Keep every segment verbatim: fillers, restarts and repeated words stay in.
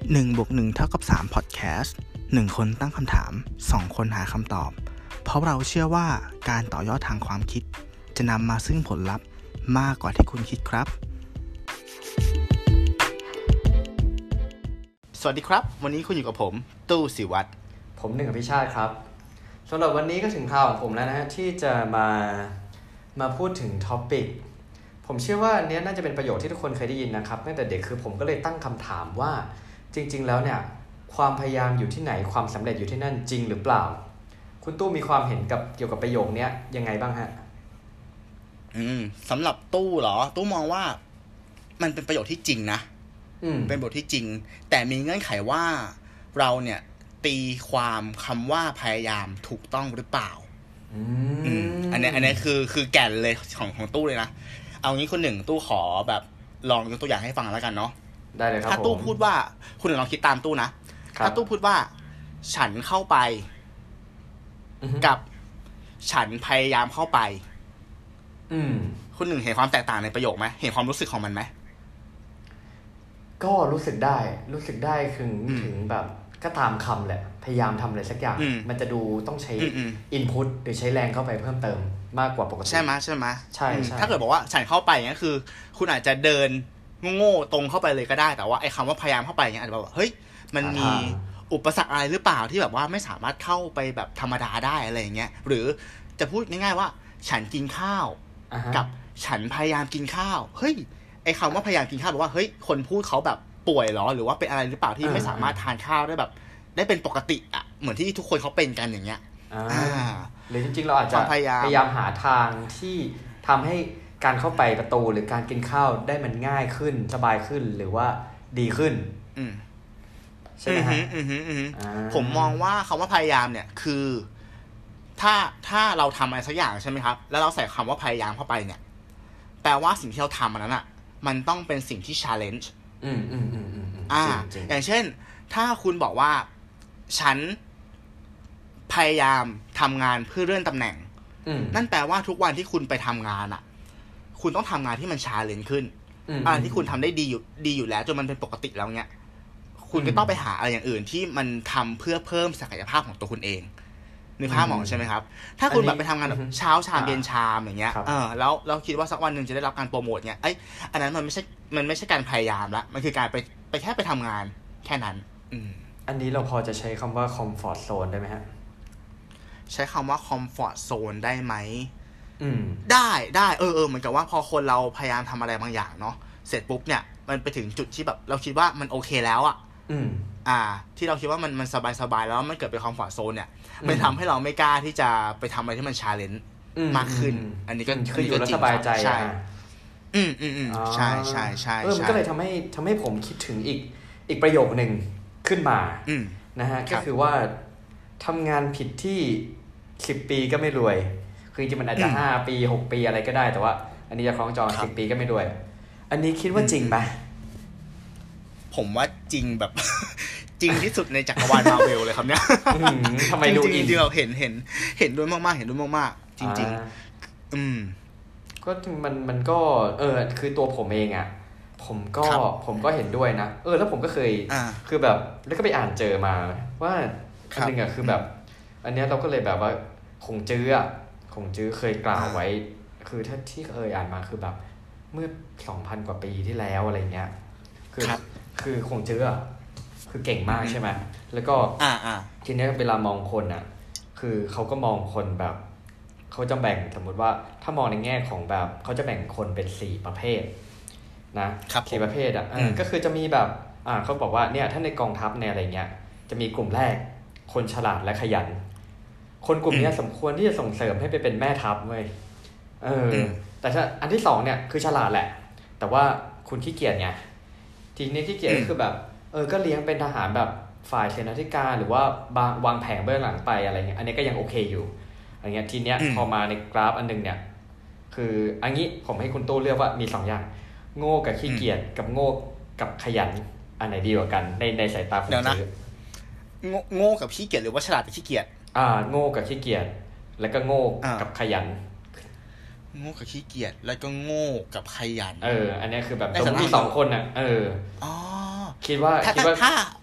หนึ่งบวกหนึ่งเท่ากับสามพอดแคสต์หนึ่งคนตั้งคำถามสองคนหาคำตอบเพราะเราเชื่อว่าการต่อยอดทางความคิดจะนำมาซึ่งผลลัพธ์มากกว่าที่คุณคิดครับสวัสดีครับวันนี้คุณอยู่กับผมตู้ศิวัตรผมหนึ่งอภิชาติครับสำหรับวันนี้ก็ถึงคราวของผมแล้วนะฮะที่จะมามาพูดถึงท็อปิกผมเชื่อว่าอันนี้น่าจะเป็นประโยชน์ที่ทุกคนเคยได้ยินนะครับตั้งแต่เด็กคือผมก็เลยตั้งคำถามว่าจริงๆแล้วเนี่ยความพยายามอยู่ที่ไหนความสำเร็จอยู่ที่นั่นจริงหรือเปล่าคุณตู้มีความเห็นกับเกี่ยวกับประโยคนี้ยังไงบ้างฮะอืมสำหรับตู้เหรอตู้มองว่ามันเป็นประโยชน์ที่จริงนะอืมเป็นประโยชน์ที่จริงแต่มีเงื่อนไขว่าเราเนี่ยตีความคำว่าพยายามถูกต้องหรือเปล่าอืมอันนี้อันนี้คือคือแก่นเลยของของตู้เลยนะเอางี้คนหนึ่งตู้ขอแบบลองยกตัวอย่างให้ฟังแล้วกันเนาะได้เลยครับถ้าตู้พูดว่าคุณหนึ่งลองคิดตามตู้นะถ้าตู้พูดว่าฉันเข้าไปกับฉันพยายามเข้าไปอืมคุณหนึ่งเห็นความแตกต่างในประโยคไหมเห็นความรู้สึกของมันไหมก็รู้สึกได้รู้สึกได้ถึงถึงแบบก็ตามคำแหละพยายามทำอะไรสักอย่างมันจะดูต้องใช้อินพุตหรือใช้แรงเข้าไปเพิ่มเติมมากกว่าปกติใช่ไหมใช่ไหมใช่ใช่ถ้าเกิดบอกว่าฉันเข้าไปอย่างนี้คือคุณอาจจะเดินโง่ๆตรงเข้าไปเลยก็ได้แต่ว่าไอ้คำว่าพยายามเข้าไปอย่างนี้อาจจะแบบเฮ้ยมันมีอุปสรรคอะไรหรือเปล่าที่แบบว่าไม่สามารถเข้าไปแบบธรรมดาได้อะไรอย่างเงี้ยหรือจะพูดง่ายๆว่าฉันกินข้าวกับฉันพยายามกินข้าวเฮ้ยไอ้คำว่าพยายามกินข้าวบอกว่าเฮ้ยคนพูดเขาแบบป่วยหรอหรือว่าเป็นอะไรหรือเปล่าที่ไม่สามารถทานข้าวได้แบบได้เป็นปกติอ่ะเหมือนที่ทุกคนเขาเป็นกันอย่างเงี้ยอ่าหรือจริงๆเราอาจจะพยายามหาทางที่ทำให้การเข้าไปประตูหรือการกินข้าวได้มันง่ายขึ้นสบายขึ้นหรือว่าดีขึ้นใช่ไหมฮะผมมองว่าคำว่าพยายามเนี่ยคือถ้าถ้าเราทำอะไรสักอย่างใช่ไหมครับแล้วเราใส่คำว่าพยายามเข้าไปเนี่ยแปลว่าสิ่งที่เราทำอันนั้นอ่ะมันต้องเป็นสิ่งที่ challenge อืมอืมอืมอืมอ่าอย่างเช่นถ้าคุณบอกว่าฉันพยายามทำงานเพื่อเลื่อนตำแหน่งนั่นแปลว่าทุกวันที่คุณไปทำงานอ่ะคุณต้องทำงานที่มัน challenge ขึ้นอะไรที่คุณทำได้ดีอยู่ดีอยู่แล้วจนมันเป็นปกติแล้วเนี้ยคุณก็ต้องไปหาอะไรอย่างอื่นที่มันทำเพื่อเพิ่มศักยภาพของตัวคุณเองนึกภาพออกใช่ไหมครับถ้าคุณแบบไปทำงานแบบเช้าชามเย็นชามอย่างเงี้ยเออแล้วเราคิดว่าสักวันหนึ่งจะได้รับการโปรโมทเงี้ยไอ้อันนั้นมันไม่ใช่มันไม่ใช่การพยายามละมันคือการไปไปแค่ไปทำงานแค่นั้นอืมอันนี้เราพอจะใช้คำว่า comfort zone ได้ไหมฮะใช้คำว่า comfort zone ได้ไหมอืมได้ได้เออเออเหมือนกับว่าพอคนเราพยายามทำอะไรบางอย่างเนาะเสร็จปุ๊บเนี่ยมันไปถึงจุดที่แบบเราคิดว่ามันโอเคแล้วอ่ะอืมอ่าที่เราคิดว่ามันมันสบายสบายแล้วมันเกิดเป็น comfort zone เนี่ยมันทำให้เราไม่กล้าที่จะไปทำอะไรที่มัน challenge มากขึ้นอันนี้ก็คืออยู่แล้วสบายใจใช่อืมอืมอืมใช่ใช่ใช่เออมันก็เลยทำให้ทำให้ผมคิดถึงอีกอีกประโยคนึงขึ้นมานะฮะก็คือว่าทำงานผิดที่สิบปีก็ไม่รวยคือจริงๆมันอาจจะห้าปีหกปีอะไรก็ได้แต่ว่าอันนี้จะคล้องจองสิบปีก็ไม่รวยอันนี้คิดว่าจริงไหมผมว่าจริงแบบจริงที่สุดในจักรวาลมาร์เวลเลยครับเนี่ยทำไมดูอินจริงๆเราเห็นเห็นเห็นด้วยมากๆเห็นด้วยมากๆจริงๆอืมก็มันมันก็เออคือตัวผมเองอ่ะผมก็ผมก็เห็นด้วยนะเออแล้วผมก็เคยคือแบบแล้วก็ไปอ่านเจอมาว่าอันนึงอ่ะคือแบบอันเนี้ยเราก็เลยแบบว่าคงจื้ออ่ะคงจื้อเคยกล่าวไว้คือถ้าที่เคยอ่านมาคือแบบเมื่อ สองพัน กว่าปีที่แล้วอะไรเงี้ยคือคือคงจื้อคือเก่งมากใช่ไหมแล้วก็ทีนี้เวลามองคนอ่ะคือเขาก็มองคนแบบเขาจะแบ่งสมมติว่าถ้ามองในแง่ของแบบเขาจะแบ่งคนเป็นสี่ประเภทนะสี่ประเภทอ่ะก็คือจะมีแบบอ่าเขาบอกว่าเนี่ยถ้าในกองทัพในอะไรเงี้ยจะมีกลุ่มแรกคนฉลาดและขยันคนกลุ่มนี้สมควรที่จะส่งเสริมให้ไปเป็นแม่ทัพเว้ยเออแต่ถ้าอันที่สองเนี่ยคือฉลาดแหละแต่ว่าคุณขี้เกียจไงทีนี้ขี้เกียจก็คือแบบเออก็เลี้ยงเป็นทหารแบบฝ่ายเสนาธิการหรือว่าวางแผนเบื้องหลังไปอะไรเงี้ยอันนี้ก็ยังโอเคอยู่อะไรเงี้ยทีเนี้ยพอมาในกราฟอันนึงเนี่ยคืออันนี้ผมให้คุณตู้เลือกว่ามีสองอย่างโง่กับขี้เกียจกับโง่กับขยันอันไหนดีกว่ากันในในสายตาผมซื้อโง่กับขี้เกียจหรือว่าฉลาดกับขี้เกียจอ่าโง่กับขี้เกียจแล้วก็โง่กับขยันโง่กับขี้เกียจแล้วก็โง่กับขยันเอออันนี้คือแบบตรงที่สองคนน่ะเอออ๋อคิดว่าคิดว่าถ้า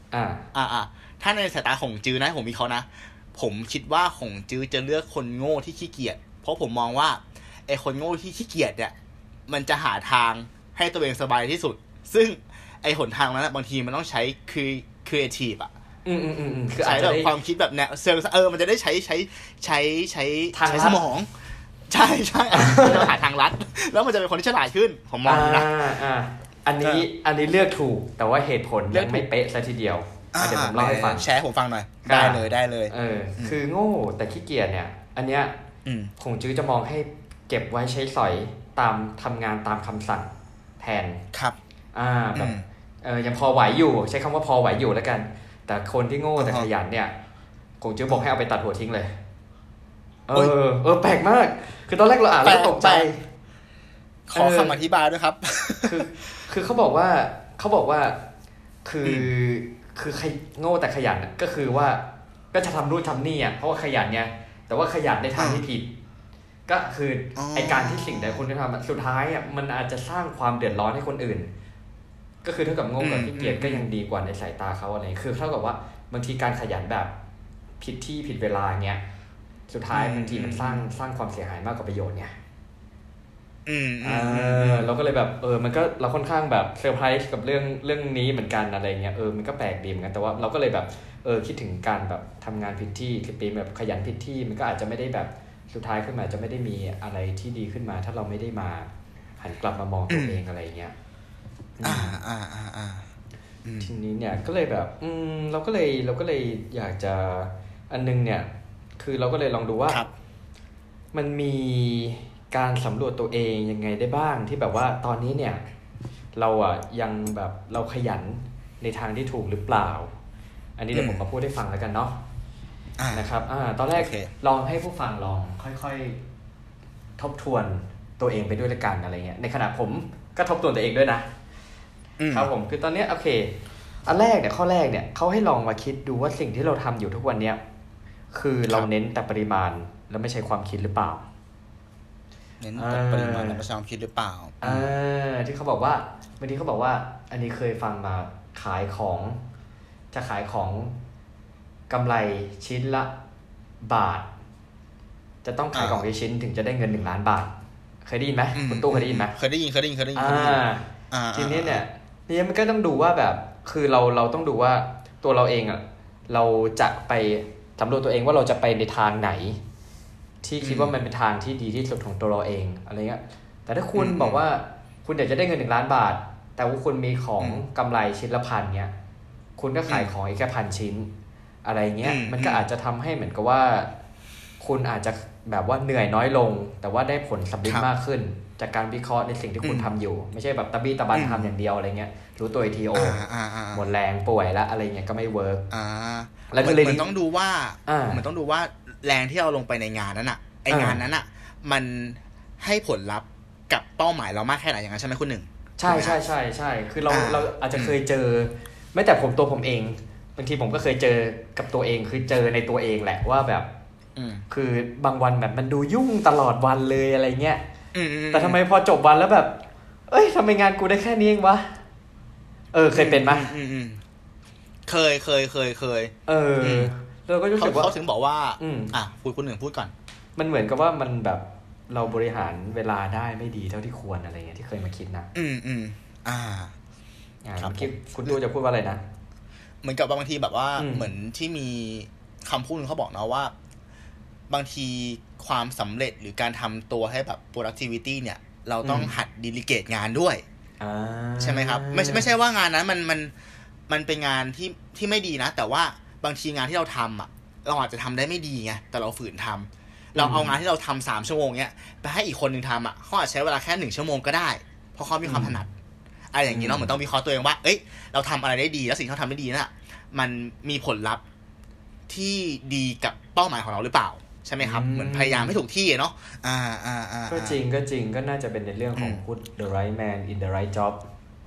อ่าอ่าอ่าถ้าในสายตาของจื้อนะผมมีเขานะผมคิดว่าของจื้อจะเลือกคนโง่ที่ขี้เกียจเพราะผมมองว่าไอ้คนโง่ที่ขี้เกียจเนี่ยมันจะหาทางให้ตัวเองสบายที่สุดซึ่งไอ้หนทางนั้นบางทีมันต้องใช้คือครีเอทีฟอ่ะอืมอืมอืมคือใช้แบบความคิดแบบแนวเซลล์เออมันจะได้ใช้ใช้ใช้ใช้ใช้สมองใช่ใช่เราหาทางลัดแล้วมันจะเป็นคนที่ฉลาดขึ้นผมมองนะอ่าอันนี้อันนี้เลือกถูกแต่ว่าเหตุผลยังไม่เป๊ะซะทีเดียวเดี๋ยวผมเล่าให้ฟังแชร์ผมฟังหน่อยได้เลยได้เลยเออคือโง่แต่ขี้เกียจเนี่ยอันเนี้ยคงจื้อจะมองให้เก็บไว้ใช้สอยตามทำงานตามคำสั่งแทนครับอ่าแบบเออยังพอไหวอยู่ใช้คำว่าพอไหวอยู่แล้วกันแต่คนที่โง่แต่ขยันเนี่ยคงจื้อบอกให้เอาไปตัดหัวทิ้งเลยเออเออแปลกมากคือตอนแรกเราอ่านแล้วตกใจขอคำอธิบายด้วยครับคือคือเขาบอกว่าเขาบอกว่าคือคือใครโง่แต่ขยันก็คือว่าก็จะทำนู่นทำนี่อ่ะเพราะว่าขยันไงแต่ว่าขยันในทางที่ผิดก็คือไอการที่สิ่งใดคุณจะทำสุดท้ายอ่ะมันอาจจะสร้างความเดือดร้อนให้คนอื่นก็คือเท่ากับโง่กับขี้เกียจก็ยังดีกว่าในสายตาเขาอะไรคือเท่ากับว่าบางทีการขยันแบบผิดที่ผิดเวลาเงี้ยสุดท้ายบางทีมันสร้างสร้างความเสียหายมากกว่าประโยชน์ไงอืมอ่าเราก็เลยแบบเออมันก็เราค่อนข้างแบบเซอร์ไพรส์กับเรื่องเรื่องนี้เหมือนกันอะไรเงี้ยเออมันก็แปลกดีเหมือนกันแต่ว่าเราก็เลยแบบเออคิดถึงการแบบทำงานผิดที่คือปีแบบขยันผิดที่มันก็อาจจะไม่ได้แบบสุดท้ายขึ้นมาจะไม่ได้มีอะไรที่ดีขึ้นมาถ้าเราไม่ได้มาหันกลับมามองตัวเองอะไรเงี้ยอ่าอ่าอ่าอ่าทีนี้เนี่ยก็เลยแบบอืมเราก็เลยเราก็เลยอยากจะอันนึงเนี่ยคือเราก็เลยลองดูว่ามันมีการสำรวจตัวเองยังไงได้บ้างที่แบบว่าตอนนี้เนี่ยเราอ่ะยังแบบเราขยันในทางที่ถูกหรือเปล่าอันนี้เดี๋ยวผมมาพูดให้ฟังแล้วกันเนาะนะครับอ่าตอนแรกลองให้ผู้ฟังลองค่อยๆทบทวนตัวเองไปด้วยละกันอะไรเงี้ยในขณะผมก็ทบทวนตัวเองด้วยนะครับผมคือตอนนี้โอเคอันแรกเนี่ยข้อแรกเนี่ยเขาให้ลองมาคิดดูว่าสิ่งที่เราทำอยู่ทุกวันเนี้ยคือเราเน้นแต่ปริมาณแล้วไม่ใช่ความคิดหรือเปล่าเน้นแต่ปริมาณและไม่ใช่ความคิดหรือเปล่าอ่าที่เขาบอกว่าบางทีเขาบอกว่าอันนี้เคยฟังมาขายของจะขายของกำไรชิ้นละบาทจะต้องขายของกี่ชิ้นถึงจะได้เงินหนึ่งล้านบาทเคยได้ยินไหมคุณตู้เคยได้ยินไหมเคยได้ยินเคยได้ยินเคยได้ยินอ่าทีนี้เนี่ยนี่มันก็ต้องดูว่าแบบคือเราเราต้องดูว่าตัวเราเองอ่ะเราจะไปสำรวจตัวเองว่าเราจะไปในทางไหนที่คิดว่ามันเป็นทางที่ดีที่สุดของตัวเราเองอะไรเงี้ยแต่ถ้าคุณบอกว่าคุณอยากจะได้เงินหนึ่งล้านบาทแต่ว่าคุณมีของกำไรชิ้นละพันเงี้ยคุณก็ขายของอีกแค่พันชิ้นอะไรเงี้ยมันก็อาจจะทำให้เหมือนกับว่าคุณอาจจะแบบว่าเหนื่อยน้อยลงแต่ว่าได้ผลสำเร็จมากขึ้นจากการวิเคราะห์ในสิ่งที่คุณทำอยู่ไม่ใช่แบบตะบี้ตะบันทำอย่างเดียวอะไรเงี้ยรู้ตัวอีกทีโอหมดแรงป่วยแล้วอะไรเงี้ยก็ไม่เวิร์กแล้วก็เลยมันต้องดูว่ามันต้องดูว่าแรงที่เราลงไปในงานนั้นอ่ะไองานนั้นอ่ะมันให้ผลลัพธ์กับเป้าหมายเรามากแค่ไหนอย่างนั้นใช่ไหมคุณหนึ่งใช่ใช่ใช่ใช่คือเราเราอาจจะเคยเจอไม่แต่ผมตัวผมเองบางทีผมก็เคยเจอกับตัวเองคือเจอในตัวเองแหละว่าแบบคือบางวันแบบมันดูยุ่งตลอดวันเลยอะไรเงี้ยแต่ทำไมพอจบวันแล้วแบบเอ้ยทำไมงานกูได้แค่นี้เองวะเออเคยเป็นไหมเคยเคยเคยเคยเออเราก็รู้สึกว่าเขาถึงบอกว่าอ่ะพูดคุณหนึ่งพูดก่อนมันเหมือนกับว่ามันแบบเราบริหารเวลาได้ไม่ดีเท่าที่ควรอะไรเงี้ยที่เคยมาคิดนะอืมอืมอ่าครับคุณตู้จะพูดว่าอะไรนะเหมือนกับบางทีแบบว่าเหมือนที่มีคำพูดนึงเขาบอกนะว่าบางทีความสำเร็จหรือการทำตัวให้แบบ productivity เนี่ยเราต้องหัด delegate งานด้วยใช่ไหมครับไม่ไม่ใช่ว่างานนั้นมันมันมันเป็นงานที่ที่ไม่ดีนะแต่ว่าบางทีงานที่เราทำอ่ะเราอาจจะทำได้ไม่ดีไงแต่เราฝืนทำเราเอางานที่เราทำสามชั่วโมงเนี้ยไปให้อีกคนนึงทำอ่ะเขาอาจใช้เวลาแค่หนึ่งชั่วโมงก็ได้เพราะเขามีความถนัดอะไรอย่างนี้เนาะเหมือนต้องวิเคราะห์ตัวเองว่าเอ้ยเราทำอะไรได้ดีแล้วสิ่งที่เราทำได้ดีน่ะมันมีผลลัพธ์ที่ดีกับเป้าหมายของเราหรือเปล่าใช่ไหมครับเหมือนพยายามให้ถูกที่เนาะอ่าอ่าอ่าก็จริงก็จริงก็น่าจะเป็นในเรื่องของ put the right man in the right job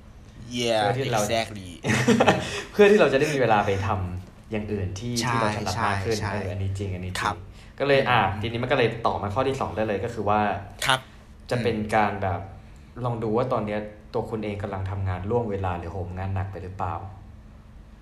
yeah exactly เพื่อที่เราจะได้มีเวลาไปทำอย่างอื่นที่ที่เราถนัดมากขึ้นเอออันนี้จริงอันนี้จริงก็เลยอ่ะทีนี้มันก็เลยต่อมาข้อที่สองได้เลยก็คือว่าจะเป็นการแบบลองดูว่าตอนนี้ตัวคุณเองกำลังทำงานล่วงเวลาหรือโหมงานหนักไปหรือเปล่า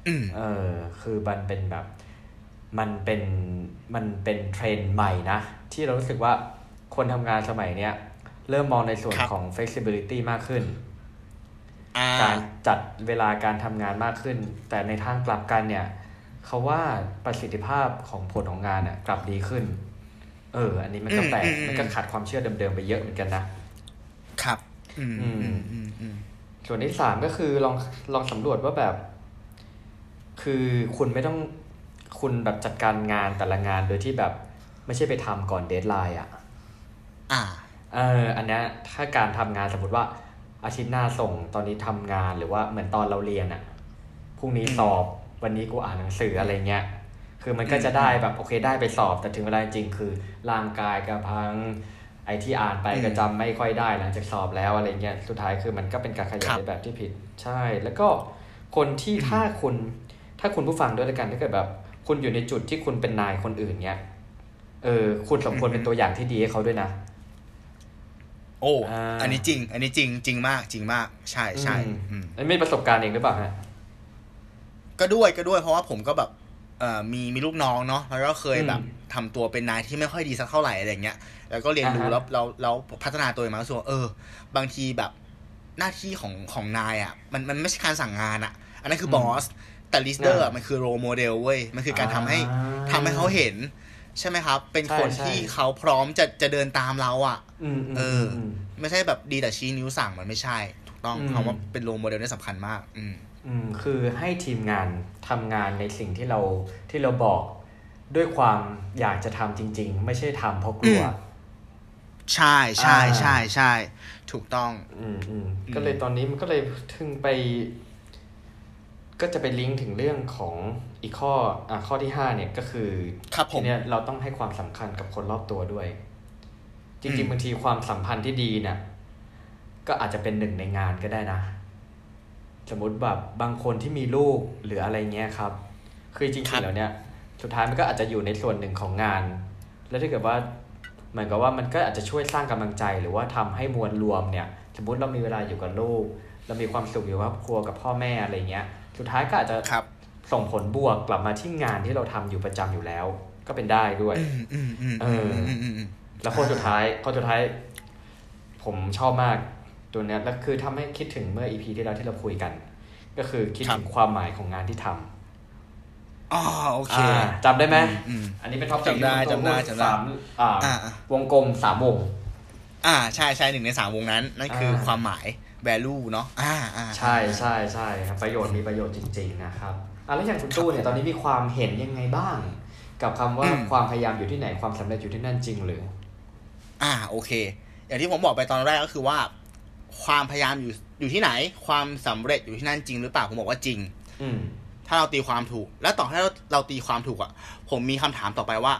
เออคือมันเป็นแบบมันเป็นมันเป็นเทรนด์ใหม่นะที่เรารู้สึกว่าคนทำงานสมัยเนี้ยเริ่มมองในส่วนของ flexibility มากขึ้นการจัดเวลาการทำงานมากขึ้นแต่ในทางกลับกันเนี่ยเขาว่าประสิทธิภาพของผลของงานอ่ะกลับดีขึ้นเอออันนี้มันก็แปลกมันก็ขัดความเชื่อเดิมๆไปเยอะเหมือนกันนะครับอืมส่วนที่สามก็คือลองลองสำรวจว่าแบบคือคุณไม่ต้องคุณแบบจัดการงานแต่ละงานโดยที่แบบไม่ใช่ไปทำก่อนเดดไลน์อ่ะอ่าเอออันนี้ถ้าการทำงานสมมติว่าอาทิตย์หน้าส่งตอนนี้ทำงานหรือว่าเหมือนตอนเราเรียนอ่ะพรุ่งนี้สอบวันนี้กูอ่านหนังสืออะไรเงี้ยคือมันก็จะได้แบบโอเคได้ไปสอบแต่ถึงเวลาจริงคือร่างกายกระพังไอที่อ่านไปก็จำไม่ค่อยได้หลังจากสอบแล้วอะไรเงี้ยสุดท้ายคือมันก็เป็นการขยันในแบบที่ผิดใช่แล้วก็คนที่ถ้าคุณถ้าคุณผู้ฟังด้วยกันถ้าเกิดแบบคุณอยู่ในจุดที่คุณเป็นนายคนอื่นเนี้ยเออคุณสมควรเป็นตัวอย่างที่ดีให้เขาด้วยนะโอ้อันนี้จริงอันนี้จริงจริงมากจริงมากใช่ใช่อันนี้ประสบการณ์เองหรือเปล่าฮะก็ด้วยก็ด้วยเพราะว่าผมก็แบบเอ่อมีมีลูกน้องเนาะแล้วก็เคยแบบทำตัวเป็นนายที่ไม่ค่อยดีสักเท่าไหร่อะไรเงี้ยแล้วก็เรียนรู้แล้วเราเราพัฒนาตัวเองมาส่วนเออบางทีแบบหน้าที่ของของนายอ่ะมันมันไม่ใช่การสั่งงานอ่ะอันนั้นคือบอสแต่ลีดเดอร์อ่ะมันคือโรโมเดลเว้ยมันคือการทำให้ทำให้เขาเห็นใช่ไหมครับเป็นคนที่เขาพร้อมจะจะเดินตามเราอ่ะเออไม่ใช่แบบดีแต่ชี้นิ้วสั่งมันไม่ใช่ถูกต้องคำว่าเป็นโรโมเดลนี่สำคัญมากอืมอืมคือให้ทีมงานทำงานในสิ่งที่เราที่เราบอกด้วยความอยากจะทำจริงๆไม่ใช่ทำเพราะกลัวใช่ใช่ใช่ใช่ถูกต้องอืมอืมก็เลยตอนนี้มันก็เลยถึงไปก็จะไปลิงก์ถึงเรื่องของอีกข้ออ่ะข้อที่ห้าเนี่ยก็คือทีเนี้ยเราต้องให้ความสำคัญกับคนรอบตัวด้วยจริงๆบางทีความสัมพันธ์ที่ดีเนี่ยก็อาจจะเป็นหนึ่งในงานก็ได้นะสมมติแบบบางคนที่มีลูกหรืออะไรเงี้ยครับคือจริงๆแล้วเนี่ยสุดท้ายมันก็อาจจะอยู่ในส่วนหนึ่งของงานแล้วถ้าเกิดว่าเหมือนกับว่ามันก็อาจจะช่วยสร้างกำลังใจหรือว่าทำให้มวลรวมเนี่ยสมมติเรามีเวลาอยู่กับลูกเรามีความสุขอยู่กับครอบครัวกับพ่อแม่อะไรเงี้ยสุดท้ายก็อาจจะส่งผลบวกกลับมาที่งานที่เราทำอยู่ประจำอยู่แล้วก็เป็นได้ด้วยเออแล้วข้อสุดท้ายข้อสุดท้ายผมชอบมากตัวเนี้ยแล้วคือทำให้คิดถึงเมื่อ อี พี ที่แล้วที่เราคุยกันก็คือคิดถึงความหมายของงานที่ทำอ๋อโอเคจำได้ไหมอันนี้เป็นท็อปจำได้จำได้จำได้สามวงกลมสามวงอ่าใช่ใช่หนึ่งในสามวงนั้นนั่นคือความหมาย value เนาะอ่าอ่าใช่ใช่ใช่ครับประโยชน์มีประโยชน์จริงๆนะครับอ่ะแล้วอย่างคุณตู้เนี่ยตอนนี้มีความเห็นยังไงบ้างกับคำว่าความพยายามอยู่ที่ไหนความสำเร็จอยู่ที่นั่นจริงหรืออ่าโอเคอย่างที่ผมบอกไปตอนแรกก็คือว่าความพยายามอยู่อยู่ที่ไหนความสำเร็จอยู่ที่นั่นจริงหรือเปล่าผมบอกว่าจริงถ้าเราตีความถูกแล้วต่อให้เราเราตีความถูกอ่ะผมมีคำถามต่อไปว่า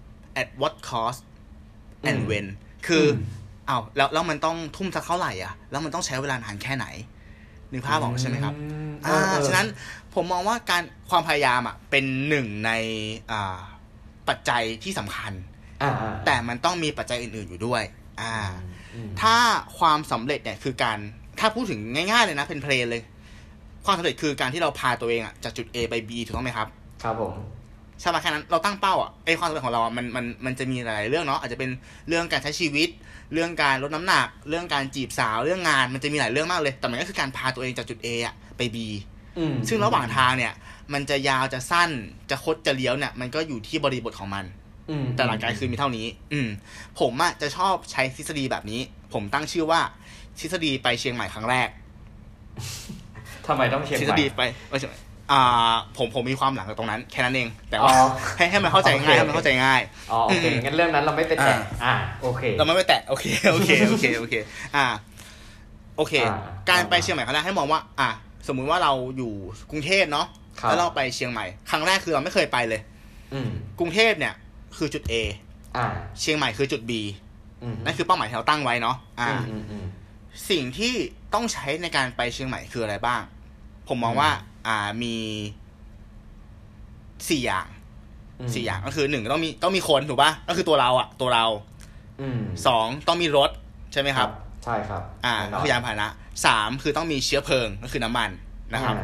at what cost and when คืออ้าวแล้วแล้วมันต้องทุ่มสักเท่าไหร่อ่ะแล้วมันต้องใช้เวลานานแค่ไหนนึกภาพออกใช่ไหมครับอ่าฉะนั้นผมมองว่าการความพยายามอ่ะเป็นหนึ่งในอ่าปัจจัยที่สำคัญแต่มันต้องมีปัจจัยอื่นๆอยู่ด้วยอ่าถ้าความสำเร็จเนี่ยคือการถ้าพูดถึงง่ายๆเลยนะเพลนเพลนเลยความสำเร็จคือการที่เราพาตัวเองอ่ะจากจุด A ไป B ถูกต้องไหมครับครับผมใช่ไหมแค่นั้นเราตั้งเป้าอ่ะไอ้ความสำเร็จของเราอ่ะมันมันมันจะมีหลายเรื่องเนาะอาจจะเป็นเรื่องการใช้ชีวิตเรื่องการลดน้ำหนักเรื่องการจีบสาวเรื่องงานมันจะมีหลายเรื่องมากเลยแต่มันก็คือการพาตัวเองจากจุด A อ่ะไป B ซึ่งระหว่างทางเนี่ยมันจะยาวจะสั้นจะคดจะเลี้ยวเนี่ยมันก็อยู่ที่บริบทของมันแต่หลักการคือมีเท่านี้อืมผมอ่ะจะชอบใช้ทฤษฎีแบบนี้ผมตั้งชื่อว่าทฤษฎีไปเชียงใหม่ครั้งแรกทำไมต้องเชียงใหม่ทฤษฎีไปอ่าผมผมมีความหลังกับตรงนั้นแค่นั้นเองแต่ว่าให้ให้มันเข้าใจง่ายให้มันเข้าใจง่ายอ๋อโอเคงั้นเรื่องนั้นเราไม่ไปแตะอ่าโอเคเราไม่ไปแตะโอเคโอเคโอเคโอเคอ่าโอเคการไปเชียงใหม่ครั้งแรกให้มองว่าอ่ะสมมุติว่าเราอยู่กรุงเทพเนาะแล้วเราไปเชียงใหม่ครั้งแรกคือเราไม่เคยไปเลยกรุงเทพเนี่ยคือจุด A อ่าเชียงใหม่คือจุด B นั่นคือเป้าหมายที่เราตั้งไว้เนาะอ่าสิ่งที่ต้องใช้ในการไปเชียงใหม่คืออะไรบ้างผมมองว่าอ่ามีสี่อย่างสี่อย่างก็คือหนึ่งต้องมีต้องมีคนถูกป่ะก็คือตัวเราอ่ะตัวเราสองต้องมีรถใช่ไหมครับใช่ครับอ่าก็คือยานพาหนะสามคือต้องมีเชื้อเพลิงก็คือน้ำมันนะครับ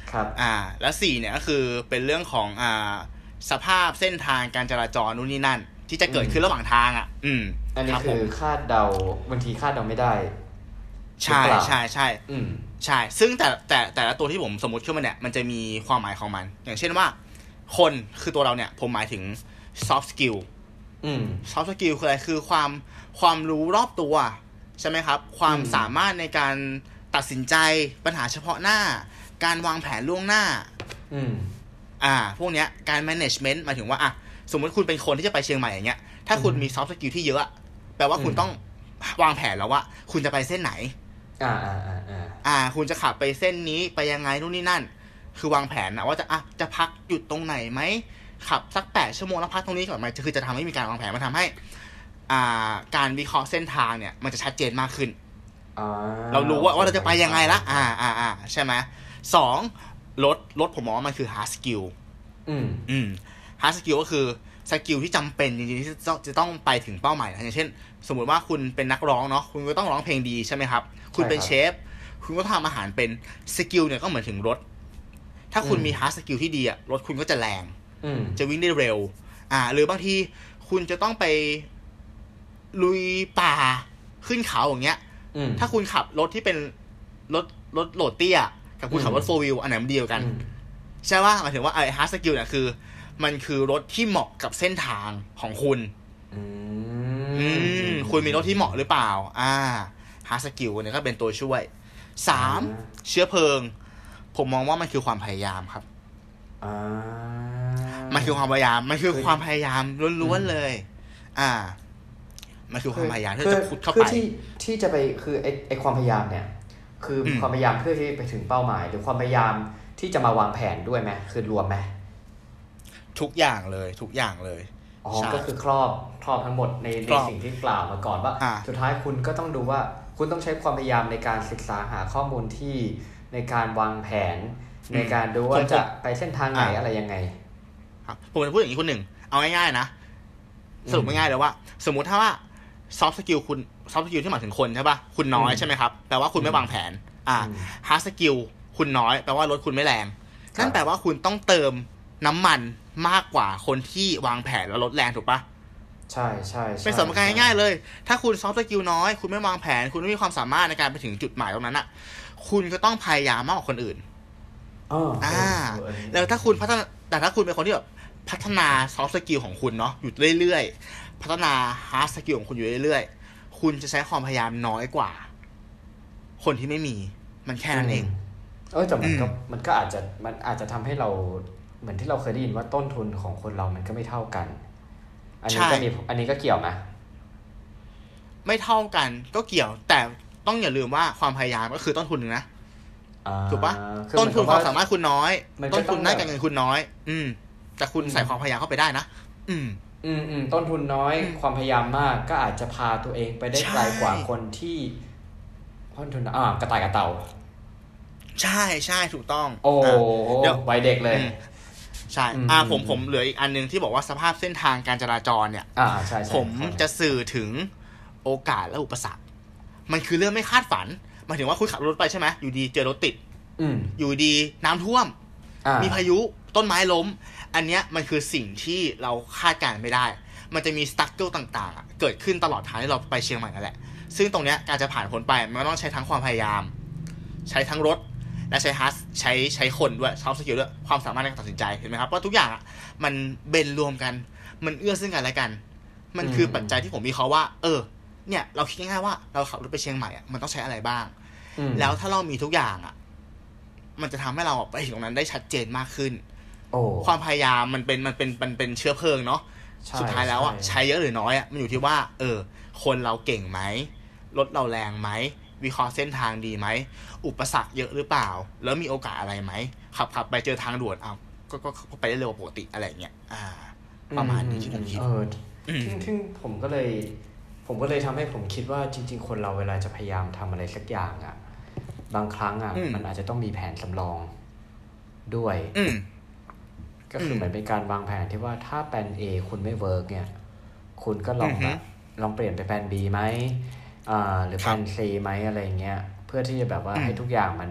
ครับอ่าแล้วสี่เนี่ยก็คือเป็นเรื่องของอ่าสภาพเส้นทางการจราจรนู่นนี่นั่นที่จะเกิดขึ้นระหว่างทางอ่ะอืมอันนี้คือคาดเดาบางทีคาดเดาไม่ได้ใช่ใช่ใช่ใช่ซึ่งแต่แต่แต่ละตัวที่ผมสมมติขึ้นมาเนี่ยมันจะมีความหมายของมันอย่างเช่นว่าคนคือตัวเราเนี่ยผมหมายถึง soft skill อืม soft skill คืออะไรคือความความรู้รอบตัวใช่ไหมครับความสามารถในการตัดสินใจปัญหาเฉพาะหน้าการวางแผนล่วงหน้าอืมอ่าพวกเนี้ยการ management หมายถึงว่าอ่ะสมมติคุณเป็นคนที่จะไปเชียงใหม่อย่างเงี้ยถ้าคุณมี soft skill ที่เยอะแปลว่าคุณต้องวางแผนแล้วว่าคุณจะไปเส้นไหนอ่าอ่าอ่าอ่าอ่าคุณจะขับไปเส้นนี้ไปยังไงนู่นนี่นั่นคือวางแผนนะว่าจะอ่ะจะพักหยุดตรงไหนไหมขับสักแปดชั่วโมงแล้วพักตรงนี้ก่อนไหมคือจะทำให้มีการวางแผนมันทำให้อ่าการวิเคราะห์เส้นทางเนี่ยมันจะชัดเจนมากขึ้นเรารู้ว่าว่าเราจะไปยังไงละอ่าอ่าอ่าใช่ไหมสองรถรถผมมองว่ามันคือ hard skill อืมอืม hard skill ก็คือสกิลที่จำเป็นจริงๆที่จะต้องไปถึงเป้าหมายอย่างเช่นสมมุติว่าคุณเป็นนักร้องเนาะคุณก็ต้องร้องเพลงดีใช่ไหมครับคุณเป็นเชฟคุณก็ทำอาหารเป็นสกิลเนี่ยก็เหมือนถึงรถถ้าคุณมี hard skill ที่ดีอะรถคุณก็จะแรงจะวิ่งได้เร็วอ่าหรือบางทีคุณจะต้องไปลุยป่าขึ้นเขาอย่างเงี้ยถ้าคุณขับรถที่เป็นรถรถโหลดเตี้ยกับคุณขับรถโฟร์วิวอันไหนมันดีกว่ากันใช่ว่าหมายถึงว่าไอ้ hard skill เนี่ยคือมันคือรถที่เหมาะกับเส้นทางของคุณอืมคุณมีรถที่เหมาะหรือเปล่าอ่า hard skill เนี่ยก็เป็นตัวช่วยสามเชื้อเพลิงผมมองว่ามันคือความพยายามครับอ่ามันคือความพยายามมันคือความพยายามล้วนๆเลยอ่ามันคือความพยายามที่จะพุทเข้าไปที่ที่จะไปคือไอ้ไอ้ความพยายามเนี่ยคือความพยายามเพื่อที่ไปถึงเป้าหมายหรือความพยายามที่จะมาวางแผนด้วยไหมคือรวมไหมทุกอย่างเลยทุกอย่างเลยอ๋อก็คือครอบครอบทั้งหมดในในสิ่งที่กล่าวมาก่อนว่าสุดท้ายคุณก็ต้องดูว่าคุณต้องใช้ความพยายามในการศึกษาหาข้อมูลที่ในการวางแผนในการดูว่าจะไปเส้นทางไหนอะไรยังไงผมจะพูดอย่างนี้คนหนึ่งเอาง่ายๆนะสรุปง่ายๆเลยว่าสมมุติถ้าว่า soft skill คุณ soft skill ที่หมายถึงคนใช่ป่ะคุณน้อยใช่ไหมครับแปลว่าคุณไม่วางแผนอ่า hard skill คุณน้อยแปลว่ารถคุณไม่แรงนั่นแปลว่าคุณต้องเติมน้ำมันมากกว่าคนที่วางแผนแล้วรถแรงถูกปะใช่ใช่เป็นสมการง่ายๆเลยถ้าคุณ soft skill น้อยคุณไม่วางแผนคุณไม่มีความสามารถในการไปถึงจุดหมายตรงนั้นอ่ะคุณก็ต้องพยายามมากกว่าคนอื่นอ๋ออ่าแล้วถ้าคุณพัฒนาแต่ถ้าคุณเป็นคนที่แบบพัฒนา soft skill ของคุณเนาะอยู่เรื่อยๆพัฒนา hard skill ของคุณอยู่เรื่อยๆคุณจะใช้ความพยายามน้อยกว่าคนที่ไม่มีมันแค่นั้นเองเออแต่มันก็มันก็อาจจะมันอาจจะทำให้เราเหมือนที่เราเคยได้ยินว่าต้นทุนของคนเรามันก็ไม่เท่ากันอันนี้ก็มีอันนี้ก็เกี่ยวไหมไม่เท่ากันก็เกี่ยวแต่ต้องอย่าลืมว่าความพยายามก็คือต้นทุนนึงนะถูกปะต้นทุนความสามารถคุณน้อยต้นทุนด้านการเงินคุณน้อยอืมแต่คุณใส่ความพยายามเข้าไปได้นะอืมอืมอืมต้นทุนน้อยความพยายามมากก็อาจจะพาตัวเองไปได้ไกลกว่าคนที่ต้นทุนอ่ากระต่ายกระเต่าใช่ใช่ถูกต้องโอ้เดี๋ยววัยเด็กเลยใช่อ่าผมผมเหลืออีกอันนึงที่บอกว่าสภาพเส้นทางการจราจรเนี่ยอ่าใช่ผมจะสื่อถึงโอกาสและอุปสรรคมันคือเรื่องไม่คาดฝันหมายถึงว่าคุณขับรถไปใช่ไหมอยู่ดีเจอรถติดอยู่ดีน้ำท่วมมีพายุต้นไม้ล้มอันเนี้ยมันคือสิ่งที่เราคาดการณ์ไม่ได้มันจะมีสตั๊กเกิลต่างๆเกิดขึ้นตลอดทางที่เราไปเชียงใหม่นั่นแหละซึ่งตรงเนี้ยการจะผ่านพ้นไปมันต้องใช้ทั้งความพยายามใช้ทั้งรถและใช้ฮัสใช้ใช้คนด้วยซอฟต์สกิลด้วยความสามารถในการตัดสินใจเห็นไหมครับว่าทุกอย่างอ่ะมันเบนรวมกันมันเอื้อซึ่งกันและกันมันคือปัจจัยที่ผมวิเคราะห์ว่าเออเนี่ยเราคิดง่ายๆว่าเราขับรถไปเชียงใหม่อ่ะมันต้องใช้อะไรบ้างแล้วถ้าเรามีทุกอย่างอ่ะมันจะทำให้เราไปถึงตรงนั้นได้ชัดเจนมากขึ้นความพยายามมันเป็นมันเป็นมันเป็นเชื้อเพลิงเนาะสุดท้ายแล้วอ่ะใช้เยอะหรือน้อยอ่ะมันอยู่ที่ว่าเออคนเราเก่งไหมรถเราแรงไหมวิเคราะห์เส้นทางดีไหมอุปสรรคเยอะหรือเปล่าแล้วมีโอกาสอะไรไหมขับขับไปเจอทางด่วนอ้าวก็ก็ไปได้เร็วปกติอะไรเงี้ยอ่าประมาณนี้ที่ผมคิดเออทึ่งทึ่งผมก็เลยผมก็เลยทำให้ผมคิดว่าจริงๆคนเราเวลาจะพยายามทำอะไรสักอย่างอ่ะบางครั้งอ่ะมันอาจจะต้องมีแผนสำรองด้วยก็คือเหมือนเป็นการวางแผนที่ว่าถ้าแผน A คุณไม่เวิร์กเนี่ยคุณก็ลองแบบลองเปลี่ยนไปแผน B ไหมอ่าหรือแผน C ไหมอะไรเงี้ยเพื่อที่จะแบบว่าให้ทุกอย่างมัน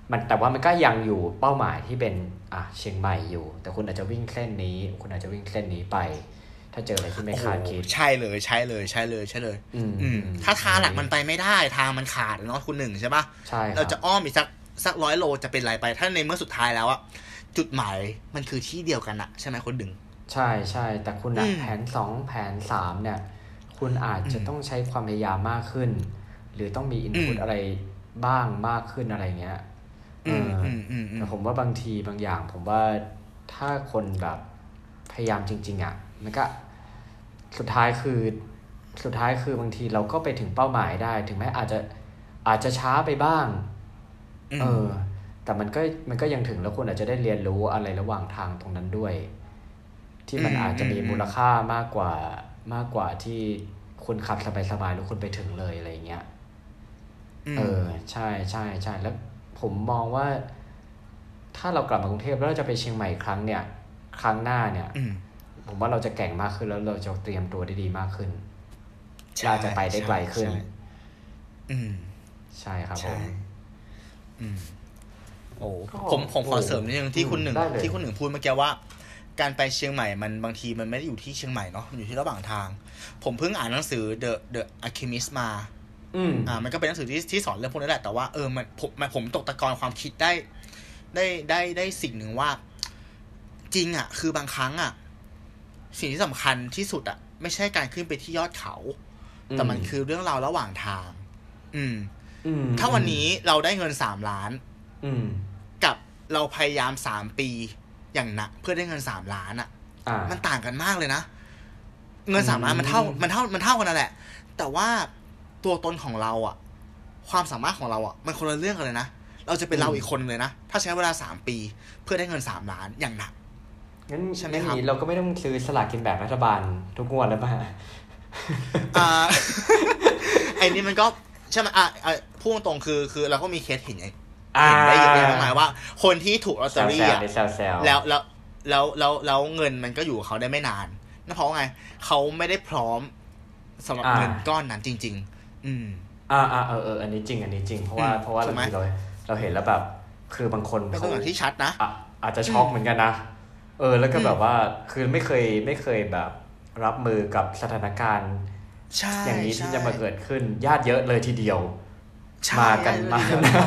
มันแต่ว่ามันก็ยังอยู่เป้าหมายที่เป็นอ่ะเชียงใหม่อยู่แต่คุณอาจจะวิ่งเส้นนี้คุณอาจจะวิ่งเส้นนี้ไปถ้าเจออะไรที่ไม่คาดคิดใช่เลยใช่เลยใช่เลยใช่เลยอืมถ้าทางหลักมันไปไม่ได้ทางมันขาดเนาะคุณหนึ่งใช่ป่ะใช่เราจะอ้อมอีกสักสักร้อยโลจะเป็นไรไปถ้าในเมื่อสุดท้ายแล้วอะจุดหมายมันคือที่เดียวกันอะใช่ไหมคุณดึงใช่ใช่แต่คุณอะแผนสองแผนสามเนี่ยคุณอาจจะต้องใช้ความพยายามมากขึ้นหรือต้องมีอินพุตอะไรบ้างมากขึ้นอะไรเงี้ยเออแต่ผมว่าบางทีบางอย่างผมว่าถ้าคนแบบพยายามจริงๆอะมันก็สุดท้ายคือสุดท้ายคือบางทีเราก็ไปถึงเป้าหมายได้ถึงแม้อาจจะอาจจะช้าไปบ้างเออแต่มันก็มันก็ยังถึงแล้วคุณอาจจะได้เรียนรู้อะไรระหว่างทางตรงนั้นด้วยที่มันอาจจะมีมูลค่ามากกว่ามากกว่าที่คุณขับสบายๆแล้วคุณไปถึงเลยอะไรเงี้ยเออใช่ใช่ใช่แล้วผมมองว่าถ้าเรากลับมากรุงเทพแล้วเราจะไปเชียงใหม่ครั้งเนี่ยครั้งหน้าเนี่ยผมว่าเราจะแก่งมากขึ้นแล้วเราจะเตรียมตัวได้ดีมากขึ้นเราจะไปได้ไกลขึ้นอืมใช่ครับผมอืมโอ้ผมผมขอเสริมนิดนึงที่คุณหนึ่งที่คุณหนึ่งพูดเมื่อกี้ว่าการไปเชียงใหม่มันบางทีมันไม่ได้อยู่ที่เชียงใหม่เนาะมันอยู่ที่ระหว่างทางผมเพิ่งอ่านหนังสือ The The Alchemist มาอืมอ่ามันก็เป็นหนังสือที่ที่สอนเรื่องพวกนี้แหละแต่ว่าเออมันผมผมตกตะกอนความคิดได้ได้ได้ได้สิ่งหนึ่งว่าจริงอ่ะคือบางครั้งอ่ะสิ่งที่สำคัญที่สุดอ่ะไม่ใช่การขึ้นไปที่ยอดเขาแต่มันคือเรื่องราวระหว่างทางอืมถ้าวันนี้เราได้เงินสามล้านกับเราพยายามสามปีอย่างหนักเพื่อได้เงินสามล้านอ่ะมันต่างกันมากเลยนะเงินสามล้านมันเท่ามันเท่ามันเท่ากันนั่นแหละแต่ว่าตัวตนของเราอ่ะความสามารถของเราอ่ะมันคนละเรื่องกันเลยนะเราจะเป็นเราอีกคนเลยนะถ้าใช้เวลาสามปีเพื่อได้เงินสามล้านอย่างหนักงั้นใช่ไหมครับเราก็ไม่ต้องซื้อสลากกินแบ่งรัฐบาลทุกงวดแล้วป่ะอ่าไอ้นี่มันก็ใช่ไหมอ่ะพูดตรงคือคือเราก็มีเคสเห็นไงเห็นได้เยอะแยะมากมายว่าคนที่ถูกลอตเตอรี่อ่ะแล้วแล้วแล้วแล้วแล้วเงินมันก็อยู่กับเขาได้ไม่นานนั่นเพราะไงเขาไม่ได้พร้อมสำหรับเงินก้อนนั้นจริงๆอืมอ่าอ่าเออเอออันนี้จริงอันนี้จริงเพราะว่าเพราะว่าเราเราเราเห็นแล้วแบบคือบางคนเป็นตัวอย่างที่ชัดนะอาจจะช็อกเหมือนกันนะเออแล้วก็แบบว่าคือไม่เคยไม่เคยแบบรับมือกับสถานการณ์อย่างนี้ที่จะมาเกิดขึ้นญาติเยอะเลยทีเดียวมากันมา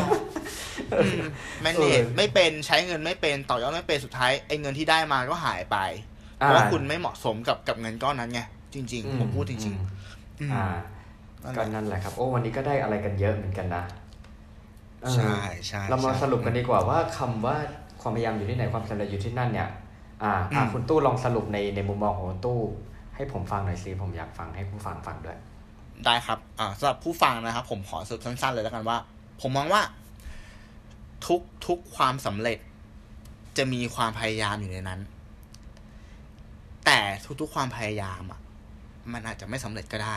แมเนจไม่เป็นใช้เงินไม่เป็นต่อยอดไม่เป็นสุดท้ายไอ้เงินที่ได้มาก็หายไปเพราะว่าคุณไม่เหมาะสมกับกับเงินก้อนนั้นไงจริงๆผมพูดจริงๆอ่าก็นั่นแหละครับโอ้วันนี้ก็ได้อะไรกันเยอะเหมือนกันนะใช่ใช่เรามาสรุปกันดีกว่าว่าคำว่าความพยายามอยู่ที่ไหนความสำเร็จอยู่ที่นั่นเนี่ยอ่าอ่าคุณตู้ลองสรุปในในมุมมองของคุณตู้ให้ผมฟังหน่อยสิผมอยากฟังให้ผู้ฟังฟังด้วยได้ครับอ่าสำหรับผู้ฟังนะครับผมขอสรุปสั้นๆเลยแล้วกันว่าผมมองว่าทุกทุกความสำเร็จจะมีความพยายามอยู่ในนั้นแต่ทุกๆความพยายามอ่ะมันอาจจะไม่สำเร็จก็ได้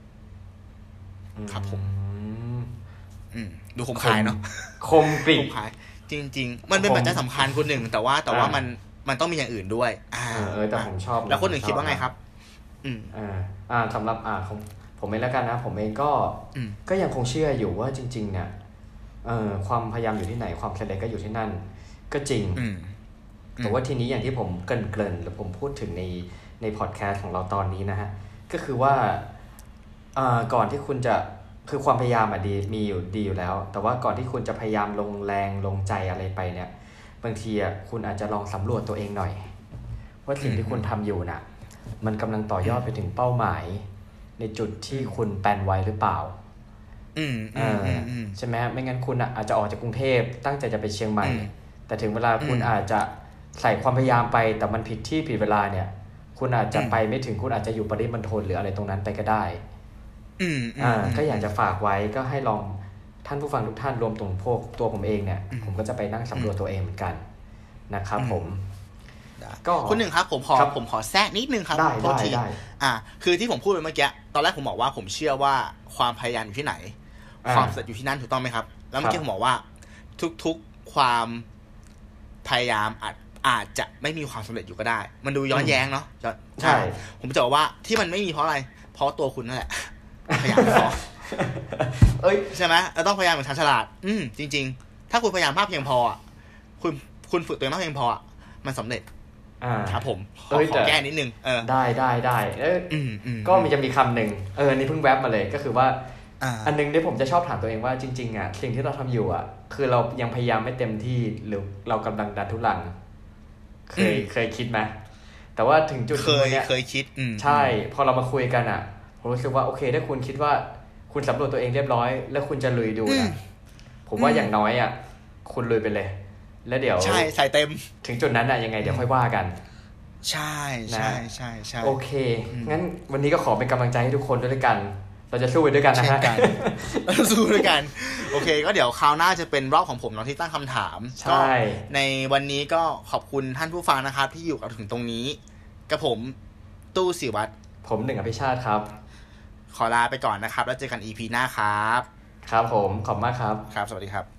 ครับผมอืมดูคมคายเนาะคมกริบจริงๆมันเป็นปัจจัยสำคัญคนหนึ่งแต่ว่าแต่ว่ามันมันต้องมีอย่างอื่นด้วยอ่าเออแต่ผมชอบแล้วคนอื่นคิดว่าไงครับอืมอ่าอ่าสำหรับอ่าผมผมเองแล้วกันนะผมเองก็ก็ยังคงเชื่ออยู่ว่าจริงๆเนี่ยเอ่อความพยายามอยู่ที่ไหนความสำเร็จก็อยู่ที่นั่นก็จริงแต่ว่าทีนี้อย่างที่ผมเกริ่นๆหรือผมพูดถึงในในพอดแคสต์ของเราตอนนี้นะฮะก็คือว่าอ่าก่อนที่คุณจะคือความพยายามอ่ะดีมีอยู่ดีอยู่แล้วแต่ว่าก่อนที่คุณจะพยายามลงแรงลงใจอะไรไปเนี่ยบางทีอ่ะคุณอาจจะลองสำรวจตัวเองหน่อยว่าสิ่งที่คุณทำอยู่น่ะมันกำลังต่อยอดไปถึงเป้าหมายในจุดที่คุณแปลนไว้หรือเปล่าอืมอ่าใช่ไหมไม่งั้นคุณอ่ะอาจจะออกจากกรุงเทพตั้งใจจะไปเชียงใหม่แต่ถึงเวลาคุณอาจจะใส่ความพยายามไปแต่มันผิดที่ผิดเวลาเนี่ยคุณอาจจะไปไม่ถึงคุณอาจจะอยู่ปริมณฑลหรืออะไรตรงนั้นไปก็ได้อืมอ่าก็อยากจะฝากไว้ก็ให้ลองท่านผู้ฟังทุกท่านรวมถึงพวกตัวผมเองเนี่ยผมก็จะไปนั่งสำรวจตัวเองเหมือนกันนะครับผมก็คุณหนึ่งครับผมขอผมขอแทรกนิดนึงครับโทษทีอ่าคือที่ผมพูดไปเมื่อกี้ตอนแรกผมบอกว่าผมเชื่อว่าความพยายามอยู่ที่ไหนความสำเร็จอยู่ที่นั่นถูกต้องไหมครับแล้วเมื่อกี้ผมบอกว่าทุกๆความพยายามอาจอาจจะไม่มีความสำเร็จอยู่ก็ได้มันดูย้อนแย้งเนาะใช่ผมจะบอกว่าที่มันไม่มีเพราะอะไรเพราะตัวคุณนั่นแหละพยายามไม่พอเอ้ยใช่ไหมเราต้องพยายามเหมือนชาญฉลาดอืมจริงๆถ้าคุณพยายามมากเพียงพออ่ะคุณคุณฝึกตัวเองมากเพียงพออ่ะมันสำเร็จครับผมขอขอแก้นิดนึงเออได้ได้ได้เออก็มีจะมีคำหนึ่งเออนี่เพิ่งแวบมาเลยก็คือว่าอันนึงที่ผมจะชอบถามตัวเองว่าจริงๆอ่ะสิ่งที่เราทำอยู่อ่ะคือเรายังพยายามไม่เต็มที่หรือเรากำลังดันทุลังเคยเคยคิดไหมแต่ว่าถึงจุดนี้เคยคิดใช่พอเรามาคุยกันอ่ะผมรู้สึกว่าโอเคถ้าคุณคิดว่าคุณสำรวจตัวเองเรียบร้อยแล้วคุณจะลุยดูนะผมว่าอย่างน้อยอ่ะคุณลุยไปเลยแล้วเดี๋ยวใช่ใส่เต็มถึงจุดนั้นอ่ะยังไงเดี๋ยวค่อยว่ากันใช่ใช่ใช่ใช่โอเคงั้นวันนี้ก็ขอเป็นกำลังใจให้ทุกคนด้วยกันเราจะสู้ไปด้วยกันนะฮะสู้ด้วยกันโอเคก็เดี๋ยวคราวหน้าจะเป็นรอบของผมเนาะที่ตั้งคำถามก็ในวันนี้ก็ขอบคุณท่านผู้ฟังนะครับที่อยู่กับถึงตรงนี้กับผมตู้ศิวัตรผมหนึ่งอภิชาติครับขอลาไปก่อนนะครับแล้วเจอกัน อี พี หน้าครับครับผมขอบมากครับครับสวัสดีครับ